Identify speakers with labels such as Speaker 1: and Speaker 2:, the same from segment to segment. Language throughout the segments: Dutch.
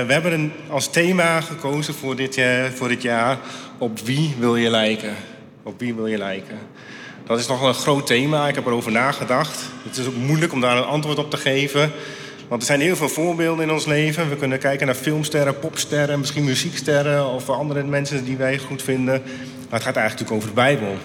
Speaker 1: we hebben als thema gekozen voor dit jaar: op wie wil je lijken? Op wie wil je lijken? Dat is nog een groot thema. Ik heb erover nagedacht. Het is ook moeilijk om daar een antwoord op te geven. Want er zijn heel veel voorbeelden in ons leven. We kunnen kijken naar filmsterren, popsterren, misschien muzieksterren of andere mensen die wij goed vinden. Maar het gaat eigenlijk over de Bijbel.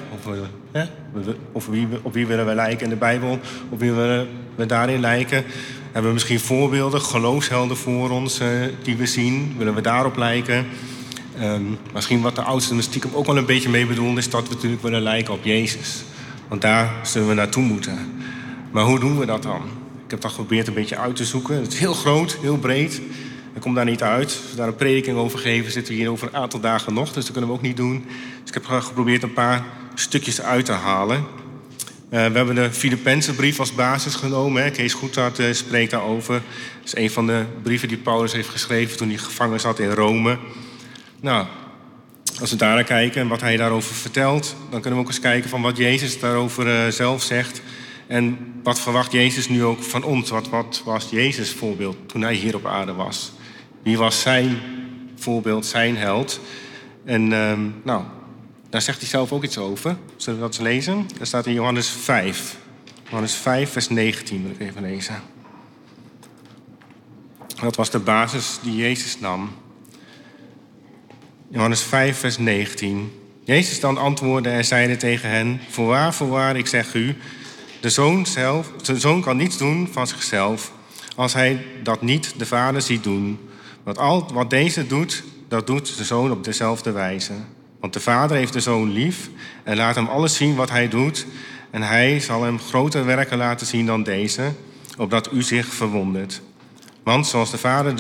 Speaker 1: Op wie willen we lijken in de Bijbel? Op wie willen we daarin lijken? Hebben we misschien voorbeelden, geloofshelden voor ons die we zien? Willen we daarop lijken? Misschien wat de oudsten stiekem ook wel een beetje mee bedoelen, is dat we natuurlijk willen lijken op Jezus. Want daar zullen we naartoe moeten. Maar hoe doen we dat dan? Ik heb dat geprobeerd een beetje uit te zoeken. Het is heel groot, heel breed. Ik kom daar niet uit. Als we daar een prediking over geven, zitten we hier over een aantal dagen nog. Dus dat kunnen we ook niet doen. Dus ik heb geprobeerd een paar stukjes uit te halen. We hebben de Filippenzenbrief als basis genomen. Kees Goedhart spreekt daarover. Dat is een van de brieven die Paulus heeft geschreven toen hij gevangen zat in Rome. Nou, als we daar naar kijken en wat hij daarover vertelt, dan kunnen we ook eens kijken van wat Jezus daarover zelf zegt. En wat verwacht Jezus nu ook van ons? Wat was Jezus' voorbeeld toen hij hier op aarde was? Wie was zijn voorbeeld, zijn held? En daar zegt hij zelf ook iets over. Zullen we dat eens lezen? Dat staat in Johannes 5. Johannes 5, vers 19 wil ik even lezen. Dat was de basis die Jezus nam. Johannes 5, vers 19. Jezus dan antwoordde en zeide tegen hen: voorwaar, ik zeg u, de zoon kan niets doen van zichzelf, als hij dat niet de Vader ziet doen. Want al wat deze doet, dat doet de zoon op dezelfde wijze. Want de Vader heeft de zoon lief en laat hem alles zien wat hij doet. En hij zal hem grotere werken laten zien dan deze, opdat u zich verwondert. Want zoals de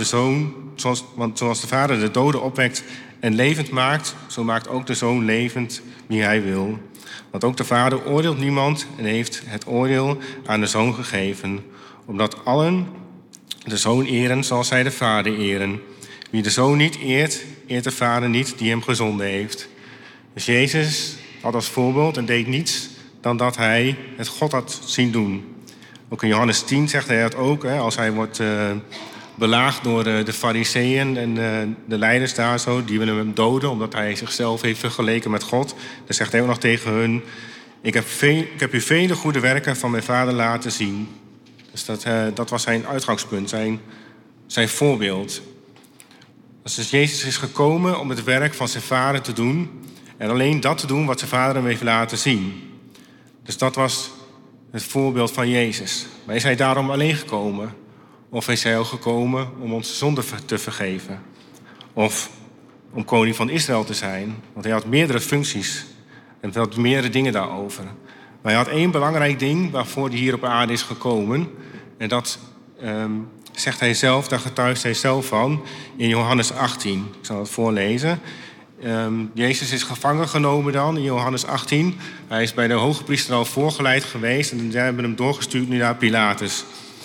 Speaker 1: Vader de doden opwekt en levend maakt, zo maakt ook de zoon levend wie hij wil. Want ook de Vader oordeelt niemand en heeft het oordeel aan de zoon gegeven. Omdat allen de zoon eren, zoals zij de Vader eren. Wie de zoon niet eert, eert de Vader niet die hem gezonden heeft. Dus Jezus had als voorbeeld en deed niets dan dat hij het God had zien doen. Ook in Johannes 10 zegt hij dat ook, als hij wordt belaagd door de Farizeeën en de leiders daar zo. Die willen hem doden omdat hij zichzelf heeft vergeleken met God. Dan zegt hij ook nog tegen hun: ik heb u vele goede werken van mijn Vader laten zien. Dus dat was zijn uitgangspunt, zijn voorbeeld. Dus Jezus is gekomen om het werk van zijn Vader te doen. En alleen dat te doen wat zijn Vader hem heeft laten zien. Dus dat was het voorbeeld van Jezus. Maar is hij daarom alleen gekomen? Of is hij ook gekomen om onze zonden te vergeven? Of om koning van Israël te zijn? Want hij had meerdere functies. En hij had meerdere dingen daarover. Maar hij had één belangrijk ding waarvoor hij hier op aarde is gekomen. En dat zegt hij zelf, daar getuigt hij zelf van in Johannes 18. Ik zal het voorlezen. Jezus is gevangen genomen dan in Johannes 18. Hij is bij de hoge priester al voorgeleid geweest. En zij hebben hem doorgestuurd nu naar Pilatus.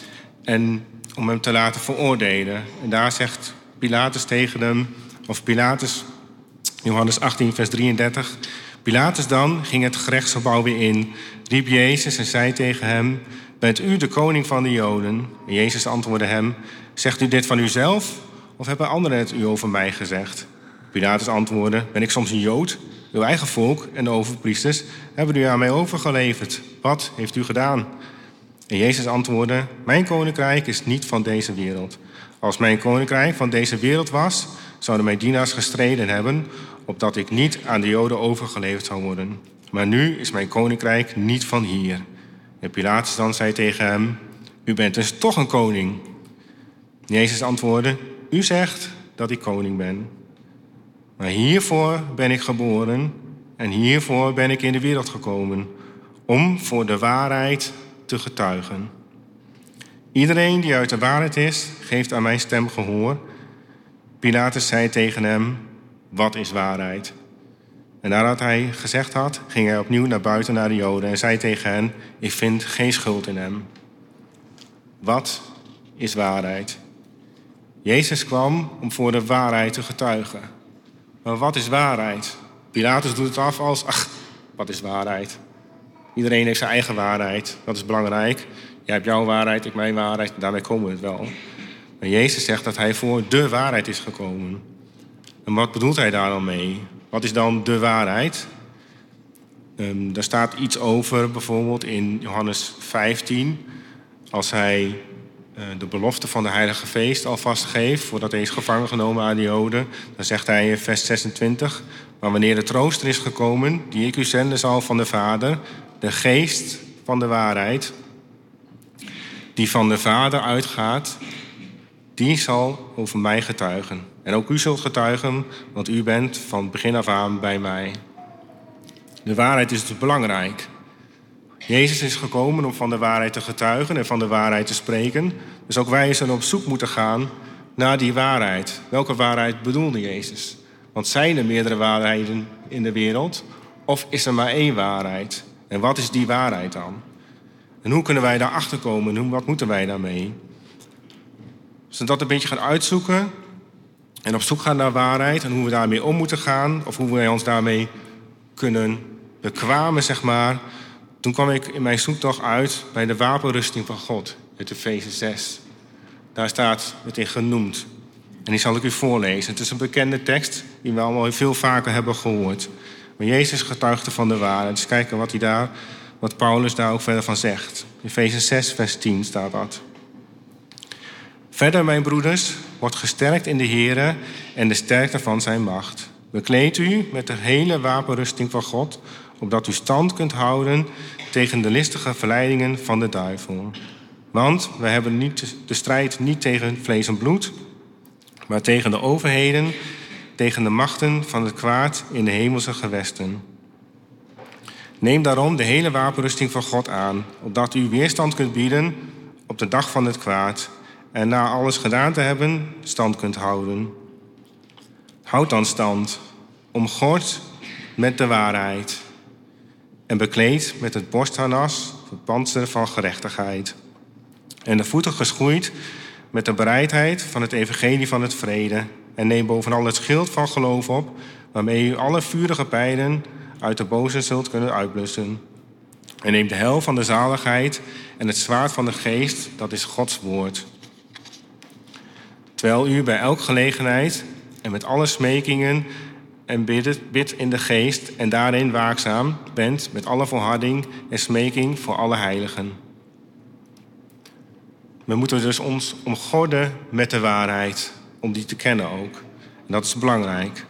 Speaker 1: En om hem te laten veroordelen. En daar zegt Pilatus tegen hem, of Pilatus, Johannes 18, vers 33. Pilatus dan ging het gerechtsgebouw weer in, riep Jezus en zei tegen hem: bent u de koning van de Joden? En Jezus antwoordde hem: zegt u dit van uzelf, of hebben anderen het u over mij gezegd? Pilatus antwoordde: ben ik soms een Jood? Uw eigen volk en de overpriesters hebben u aan mij overgeleverd. Wat heeft u gedaan? En Jezus antwoordde: mijn koninkrijk is niet van deze wereld. Als mijn koninkrijk van deze wereld was, zouden mijn dienaars gestreden hebben, opdat ik niet aan de Joden overgeleverd zou worden. Maar nu is mijn koninkrijk niet van hier. En Pilatus dan zei tegen hem: u bent dus toch een koning. Jezus antwoordde: u zegt dat ik koning ben. Maar hiervoor ben ik geboren en hiervoor ben ik in de wereld gekomen, om voor de waarheid te getuigen. Iedereen die uit de waarheid is, geeft aan mijn stem gehoor. Pilatus zei tegen hem: wat is waarheid? En nadat hij gezegd had, ging hij opnieuw naar buiten naar de Joden en zei tegen hen: ik vind geen schuld in hem. Wat is waarheid? Jezus kwam om voor de waarheid te getuigen. Maar wat is waarheid? Pilatus doet het af als: wat is waarheid? Iedereen heeft zijn eigen waarheid, dat is belangrijk. Jij hebt jouw waarheid, ik mijn waarheid, daarmee komen we het wel. Maar Jezus zegt dat hij voor de waarheid is gekomen. En wat bedoelt hij daar dan mee? Wat is dan de waarheid? Daar staat iets over, bijvoorbeeld in Johannes 15... als hij de belofte van de heilige feest alvast geeft... voordat hij is gevangen genomen aan de Joden... dan zegt hij in vers 26... maar wanneer de trooster is gekomen, die ik u zenden zal van de Vader... de geest van de waarheid, die van de Vader uitgaat... die zal over mij getuigen. En ook u zult getuigen, want u bent van begin af aan bij mij. De waarheid is dus belangrijk. Jezus is gekomen om van de waarheid te getuigen en van de waarheid te spreken. Dus ook wij zullen op zoek moeten gaan naar die waarheid. Welke waarheid bedoelde Jezus? Want zijn er meerdere waarheden in de wereld? Of is er maar één waarheid? En wat is die waarheid dan? En hoe kunnen wij daarachter komen? En wat moeten wij daarmee? Als we dat een beetje gaan uitzoeken en op zoek gaan naar waarheid... en hoe we daarmee om moeten gaan... of hoe wij ons daarmee kunnen bekwamen, zeg maar... toen kwam ik in mijn zoektocht uit bij de wapenrusting van God... uit Efeze 6. Daar staat het in genoemd. En die zal ik u voorlezen. Het is een bekende tekst die we allemaal veel vaker hebben gehoord. Maar Jezus getuigde van de waarheid. Dus kijken wat Paulus daar ook verder van zegt. Efeze 6, vers 10 staat dat. Verder, mijn broeders, wordt gesterkt in de Here en de sterkte van zijn macht. Bekleed u met de hele wapenrusting van God... opdat u stand kunt houden tegen de listige verleidingen van de duivel. Want wij hebben de strijd niet tegen vlees en bloed... maar tegen de overheden, tegen de machten van het kwaad in de hemelse gewesten. Neem daarom de hele wapenrusting van God aan... opdat u weerstand kunt bieden op de dag van het kwaad... en na alles gedaan te hebben, stand kunt houden. Houd dan stand, omgord met de waarheid... en bekleed met het borstharnas, het pantser van gerechtigheid... en de voeten geschoeid met de bereidheid van het evangelie van het vrede... en neem bovenal het schild van geloof op... waarmee u alle vurige pijlen uit de boze zult kunnen uitblussen. En neem de helm van de zaligheid en het zwaard van de geest, dat is Gods woord... terwijl u bij elke gelegenheid en met alle smekingen en bidt in de geest... en daarin waakzaam bent met alle volharding en smeking voor alle heiligen. We moeten dus ons omgorden met de waarheid, om die te kennen ook. En dat is belangrijk.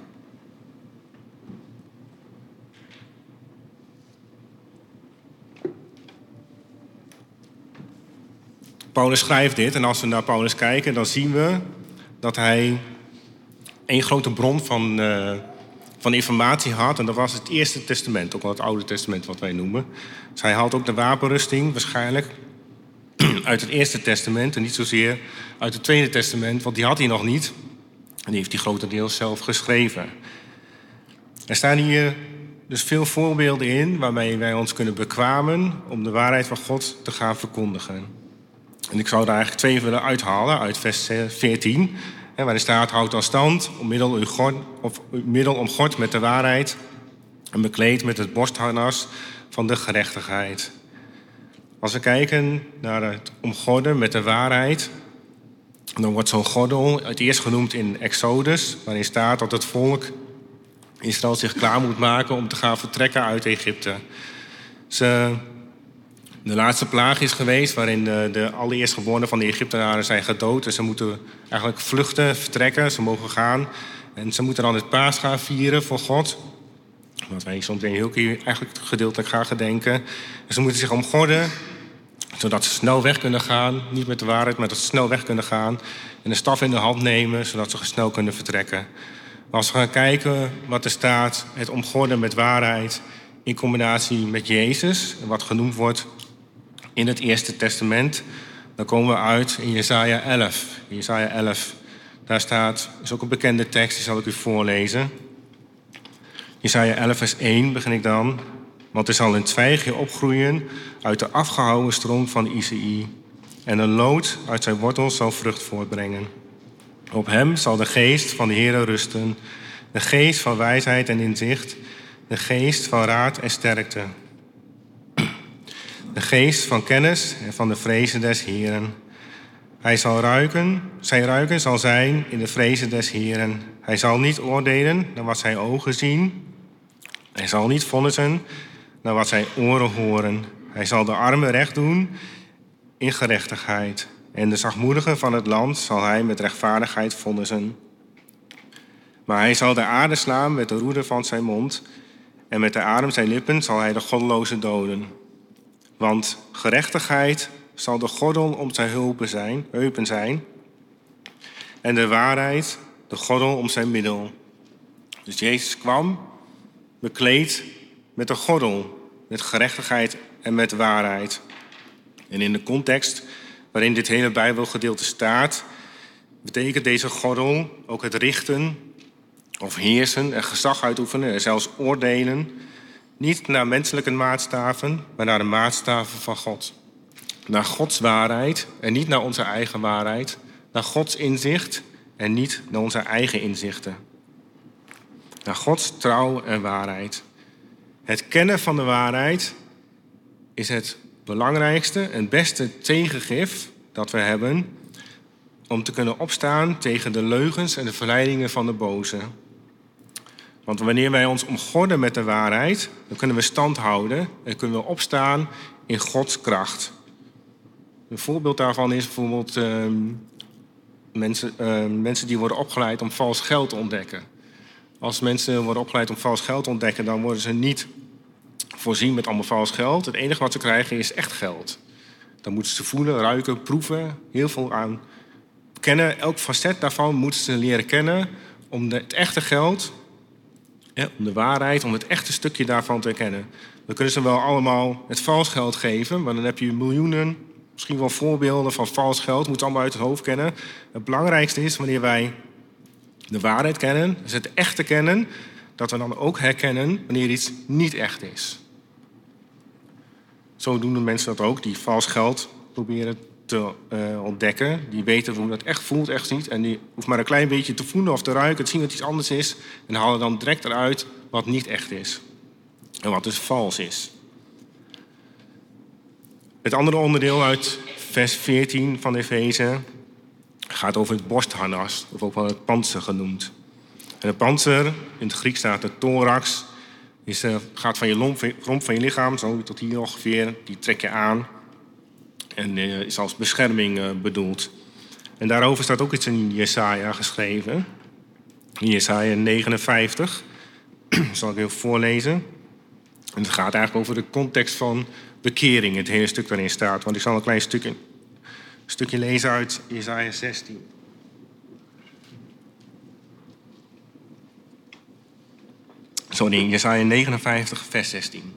Speaker 1: Paulus schrijft dit en als we naar Paulus kijken... dan zien we dat hij één grote bron van informatie had... en dat was het Eerste Testament, ook wel het Oude Testament wat wij noemen. Dus hij haalt ook de wapenrusting waarschijnlijk uit het Eerste Testament... en niet zozeer uit het Tweede Testament, want die had hij nog niet. En die heeft hij grotendeels zelf geschreven. Er staan hier dus veel voorbeelden in... waarmee wij ons kunnen bekwamen om de waarheid van God te gaan verkondigen. En ik zou daar eigenlijk 2 willen uithalen uit vers 14... waarin staat, houd dan stand, middel omgord met de waarheid... en bekleed met het borstharnas van de gerechtigheid. Als we kijken naar het omgorden met de waarheid... dan wordt zo'n gordel het eerst genoemd in Exodus... waarin staat dat het volk Israël zich klaar moet maken... om te gaan vertrekken uit Egypte. De laatste plaag is geweest waarin de allereerstgeborenen van de Egyptenaren zijn gedood. En ze moeten eigenlijk vluchten, vertrekken, ze mogen gaan. En ze moeten dan het paas gaan vieren voor God. Wat wij soms heel keer eigenlijk gedeeltelijk gaan gedenken. En ze moeten zich omgorden, zodat ze snel weg kunnen gaan. Niet met de waarheid, maar dat ze snel weg kunnen gaan. En de staf in de hand nemen, zodat ze snel kunnen vertrekken. Maar als we gaan kijken wat er staat, het omgorden met waarheid... in combinatie met Jezus, wat genoemd wordt... in het Eerste Testament, dan komen we uit in Jesaja 11. Jesaja 11, daar staat, is ook een bekende tekst, die zal ik u voorlezen. Jesaja 11 vers 1 begin ik dan. Want er zal een twijgje opgroeien uit de afgehouwen stroom van Isaïe. En een loot uit zijn wortels zal vrucht voortbrengen. Op hem zal de geest van de Heere rusten. De geest van wijsheid en inzicht. De geest van raad en sterkte. De geest van kennis en van de vrezen des Heeren. Zijn ruiken zal zijn in de vrezen des Heeren. Hij zal niet oordelen naar wat zijn ogen zien. Hij zal niet vonnissen naar wat zijn oren horen. Hij zal de armen recht doen in gerechtigheid. En de zachtmoedigen van het land zal hij met rechtvaardigheid vonnissen. Maar hij zal de aarde slaan met de roede van zijn mond. En met de adem zijn lippen zal hij de goddelozen doden. Want gerechtigheid zal de gordel om zijn heupen zijn. En de waarheid de gordel om zijn middel. Dus Jezus kwam bekleed met een gordel, met gerechtigheid en met waarheid. En in de context waarin dit hele Bijbelgedeelte staat, betekent deze gordel ook het richten of heersen en gezag uitoefenen en zelfs oordelen. Niet naar menselijke maatstaven, maar naar de maatstaven van God. Naar Gods waarheid en niet naar onze eigen waarheid. Naar Gods inzicht en niet naar onze eigen inzichten. Naar Gods trouw en waarheid. Het kennen van de waarheid is het belangrijkste en beste tegengif dat we hebben om te kunnen opstaan tegen de leugens en de verleidingen van de boze. Want wanneer wij ons omgorden met de waarheid, dan kunnen we stand houden en kunnen we opstaan in Gods kracht. Een voorbeeld daarvan is bijvoorbeeld mensen die worden opgeleid om vals geld te ontdekken. Als mensen worden opgeleid om vals geld te ontdekken, dan worden ze niet voorzien met allemaal vals geld. Het enige wat ze krijgen is echt geld. Dan moeten ze voelen, ruiken, proeven, heel veel aan kennen. Elk facet daarvan moeten ze leren kennen om het echte geld, om de waarheid, om het echte stukje daarvan te kennen. Dan kunnen ze wel allemaal het vals geld geven, maar dan heb je miljoenen, misschien wel voorbeelden van vals geld. Moet je allemaal uit het hoofd kennen. Het belangrijkste is wanneer wij de waarheid kennen, dus het echte kennen, dat we dan ook herkennen wanneer iets niet echt is. Zo doen de mensen dat ook, die vals geld proberen te ontdekken. Die weten hoe dat echt voelt, echt niet. En die hoeft maar een klein beetje te voelen of te ruiken, te zien dat iets anders is. En halen dan direct eruit wat niet echt is. En wat dus vals is. Het andere onderdeel uit vers 14 van Efeze gaat over het borstharnas, of ook wel het pantser genoemd. En het pantser, in het Grieks staat de thorax, gaat van je romp van je lichaam, zo tot hier ongeveer, die trek je aan. En is als bescherming bedoeld. En daarover staat ook iets in Jesaja geschreven. In Jesaja 59. Zal ik even voorlezen. En het gaat eigenlijk over de context van bekering. Het hele stuk waarin staat. Want ik zal een klein stukje lezen uit Jesaja 16. Sorry, Jesaja 59, vers 16.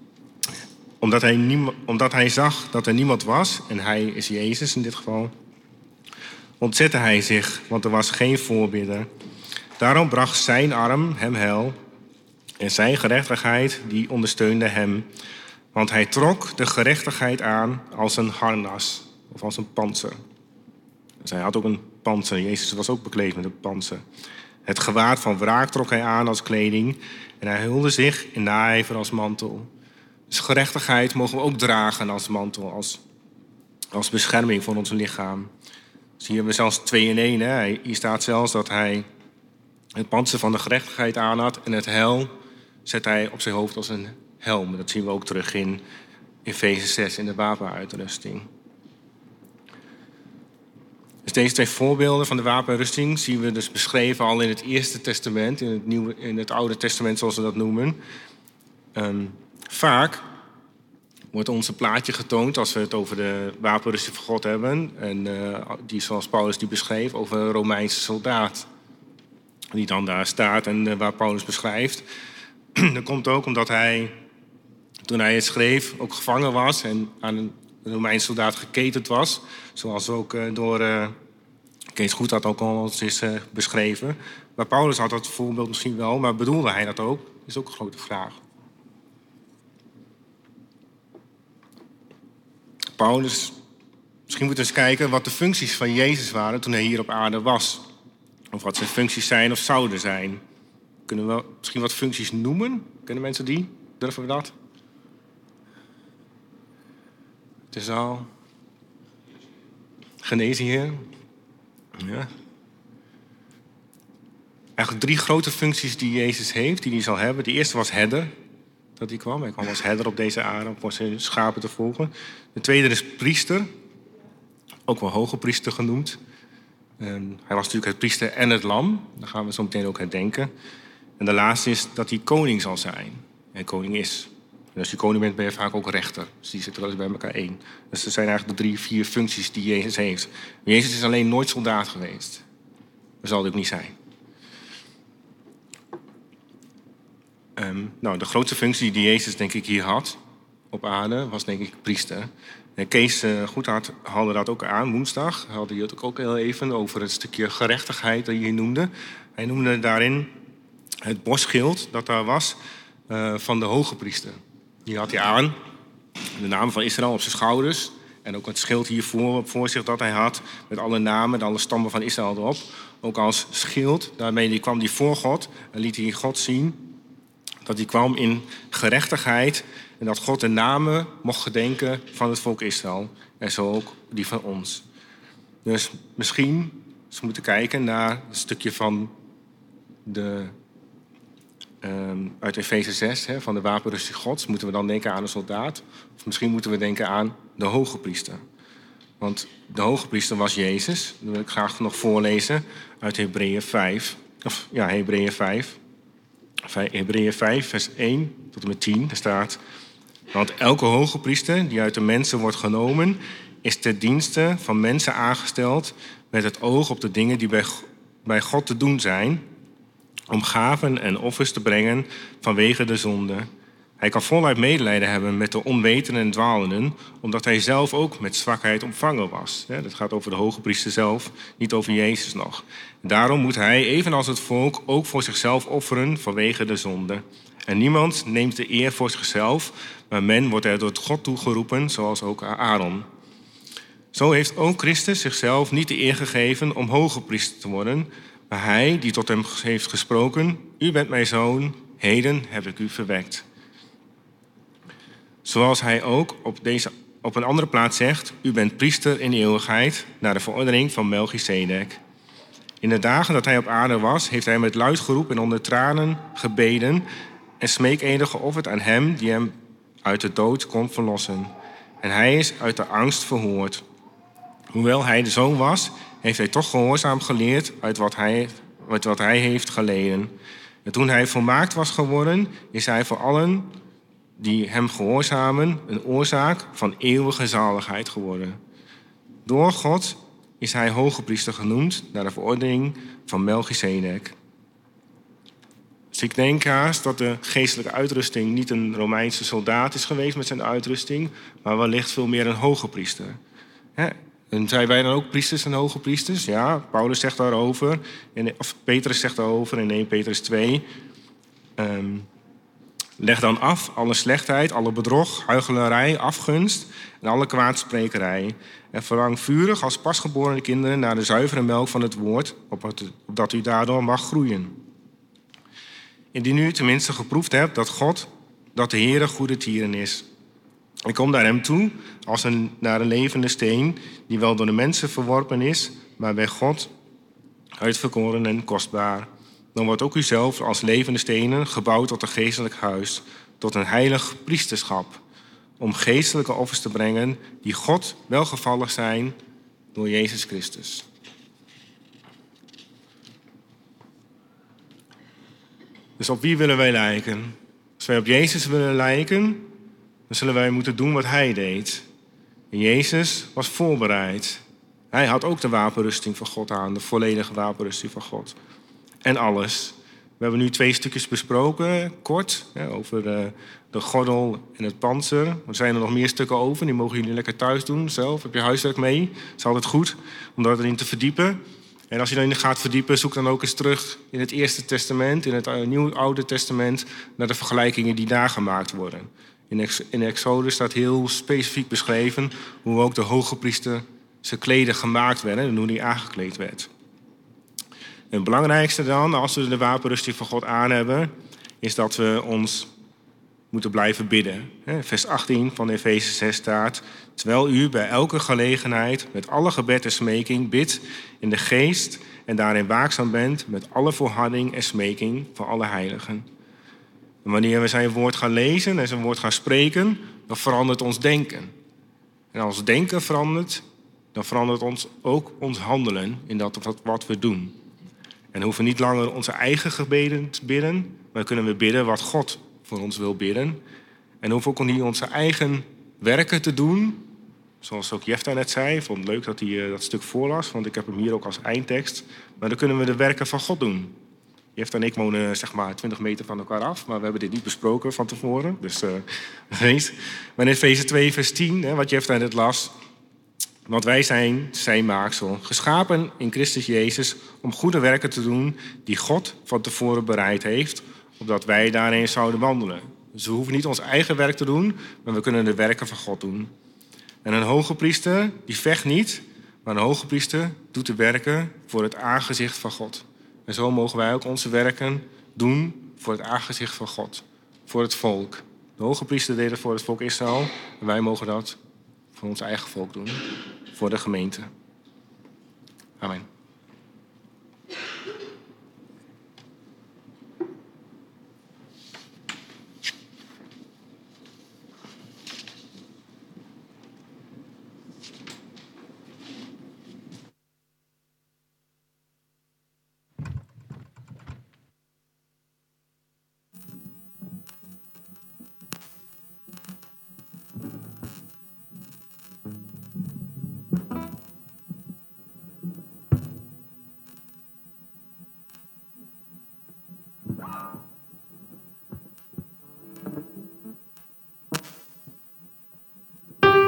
Speaker 1: Omdat hij zag dat er niemand was, en hij is Jezus in dit geval, ontzette hij zich, want er was geen voorbidder. Daarom bracht zijn arm hem heil en zijn gerechtigheid die ondersteunde hem. Want hij trok de gerechtigheid aan als een harnas of als een pantser. Dus hij had ook een pantser. Jezus was ook bekleed met een pantser. Het gewaad van wraak trok hij aan als kleding en hij hulde zich in naijver als mantel. Dus gerechtigheid mogen we ook dragen als mantel, als bescherming voor ons lichaam. Dus hier hebben we zelfs 2 in 1. Hè? Hier staat zelfs dat hij het pantser van de gerechtigheid aan had en het heil zet hij op zijn hoofd als een helm. Dat zien we ook terug in Efeze 6 in de wapenuitrusting. Dus deze 2 voorbeelden van de wapenrusting zien we dus beschreven al in het Eerste Testament, in het Oude Testament zoals we dat noemen. Vaak wordt ons een plaatje getoond als we het over de wapenrusting van God hebben. En die zoals Paulus die beschreef over een Romeinse soldaat. Die dan daar staat en waar Paulus beschrijft. Dat komt ook omdat hij, toen hij het schreef, ook gevangen was en aan een Romeinse soldaat geketend was. Zoals ook door Kees Goed dat ook al eens is beschreven. Maar Paulus had dat voorbeeld misschien wel, maar bedoelde hij dat ook? Dat is ook een grote vraag. Paulus, misschien moeten we eens kijken wat de functies van Jezus waren toen hij hier op aarde was. Of wat zijn functies zijn of zouden zijn. Kunnen we misschien wat functies noemen? Kennen mensen die? Durven we dat? Het is al genezen Heer. Ja. Eigenlijk 3 grote functies die Jezus heeft, die hij zal hebben. De eerste was herder, dat hij kwam. Hij kwam als herder op deze aarde om voor zijn schapen te volgen. De tweede is priester, ook wel hoge priester genoemd. Hij was natuurlijk het priester en het lam. Daar gaan we zo meteen ook herdenken. En de laatste is dat hij koning zal zijn. En koning is. En als je koning bent, ben je vaak ook rechter. Dus die zitten wel eens bij elkaar één. Dus er zijn eigenlijk de 3, 4 functies die Jezus heeft. Maar Jezus is alleen nooit soldaat geweest. Dat zal hij ook niet zijn. De grootste functie die Jezus denk ik hier had op aarde was denk ik priester. En Kees Goedhart haalde dat ook aan woensdag. Hij had het ook heel even over het stukje gerechtigheid dat je hier noemde. Hij noemde daarin het bosschild dat daar was van de hoge priester. Die had hij aan, de naam van Israël op zijn schouders. En ook het schild hier voor zich dat hij had, met alle namen, alle stammen van Israël erop. Ook als schild, daarmee kwam hij voor God en liet hij God zien dat hij kwam in gerechtigheid en dat God de namen mocht gedenken van het volk Israël. En zo ook die van ons. Dus misschien ze moeten kijken naar een stukje van uit Efeze 6, van de wapenrusting Gods. Moeten we dan denken aan een soldaat? Of misschien moeten we denken aan de hoge priester. Want de hoge priester was Jezus. Dat wil ik graag nog voorlezen uit Hebreeën 5. Hebreeën 5, vers 1 tot en met 10. Daar staat: want elke hoge priester die uit de mensen wordt genomen, is ter dienste van mensen aangesteld met het oog op de dingen die bij God te doen zijn, om gaven en offers te brengen vanwege de zonde. Hij kan voluit medelijden hebben met de onwetenden en dwalenden, omdat hij zelf ook met zwakheid ontvangen was. Dat gaat over de hoge priester zelf, niet over Jezus nog. Daarom moet hij, evenals het volk, ook voor zichzelf offeren vanwege de zonde. En niemand neemt de eer voor zichzelf, maar men wordt er door God toegeroepen, zoals ook Aaron. Zo heeft ook Christus zichzelf niet de eer gegeven om hoge priester te worden, maar hij die tot hem heeft gesproken: u bent mijn zoon, heden heb ik u verwekt. Zoals hij ook op een andere plaats zegt: u bent priester in eeuwigheid, naar de verordening van Melchizedek. In de dagen dat hij op aarde was, heeft hij met luid geroep en onder tranen gebeden en smeekeden geofferd aan hem die hem uit de dood kon verlossen. En hij is uit de angst verhoord. Hoewel hij de zoon was, heeft hij toch gehoorzaam geleerd uit wat hij heeft geleden. En toen hij volmaakt was geworden, is hij voor allen die hem gehoorzamen een oorzaak van eeuwige zaligheid geworden. Door God is hij hoge priester genoemd naar de verordening van Melchizedek. Dus ik denk haast dat de geestelijke uitrusting niet een Romeinse soldaat is geweest met zijn uitrusting, maar wellicht veel meer een hoge priester. En zijn wij dan ook priesters en hoge priesters? Ja, Paulus zegt daarover, of Petrus zegt daarover in 1 Petrus 2. Leg dan af alle slechtheid, alle bedrog, huichelarij, afgunst en alle kwaadsprekerij. En verlang vurig als pasgeboren kinderen naar de zuivere melk van het woord, opdat u daardoor mag groeien. Indien u tenminste geproefd hebt dat de Heere goede tieren is. Ik kom naar hem toe als naar een levende steen, die wel door de mensen verworpen is, maar bij God uitverkoren en kostbaar. Dan wordt ook u zelf als levende stenen gebouwd tot een geestelijk huis, tot een heilig priesterschap, om geestelijke offers te brengen die God welgevallig zijn door Jezus Christus. Dus op wie willen wij lijken? Als wij op Jezus willen lijken, dan zullen wij moeten doen wat hij deed. En Jezus was voorbereid. Hij had ook de wapenrusting van God aan, de volledige wapenrusting van God. En alles. We hebben nu 2 stukjes besproken, kort, over de gordel en het pantser. Er zijn er nog meer stukken over, die mogen jullie lekker thuis doen zelf. Heb je huiswerk mee? Dat is altijd goed om daarin te verdiepen. En als je daarin gaat verdiepen, zoek dan ook eens terug in het Eerste Testament, in het Oude Testament, naar de vergelijkingen die daar gemaakt worden. In Exodus staat heel specifiek beschreven hoe ook de hoge priester zijn kleden gemaakt werden en hoe die aangekleed werd. En het belangrijkste dan, als we de wapenrusting van God aan hebben, is dat we ons moeten blijven bidden. Vers 18 van Efeze 6 staat: terwijl u bij elke gelegenheid met alle gebed en smeking bidt in de geest en daarin waakzaam bent met alle volharding en smeking voor alle heiligen. En wanneer we zijn woord gaan lezen en zijn woord gaan spreken, dan verandert ons denken. En als denken verandert, dan verandert ons ook ons handelen in dat wat we doen. En hoeven niet langer onze eigen gebeden te bidden, maar kunnen we bidden wat God voor ons wil bidden. En hoeven ook niet onze eigen werken te doen. Zoals ook Jefta net zei, ik vond het leuk dat hij dat stuk voorlas, want ik heb hem hier ook als eindtekst. Maar dan kunnen we de werken van God doen. Jefta en ik wonen zeg maar 20 meter van elkaar af, maar we hebben dit niet besproken van tevoren. Dus maar in Efeze 2 vers 10, wat Jefta net las. Want wij zijn zijn maaksel, geschapen in Christus Jezus om goede werken te doen die God van tevoren bereid heeft, opdat wij daarin zouden wandelen. Dus we hoeven niet ons eigen werk te doen, maar we kunnen de werken van God doen. En een hoge priester, die vecht niet, maar een hoge priester doet de werken voor het aangezicht van God. En zo mogen wij ook onze werken doen voor het aangezicht van God, voor het volk. De hoge priester deed het voor het volk Israël en wij mogen dat voor ons eigen volk doen, voor de gemeente. Amen.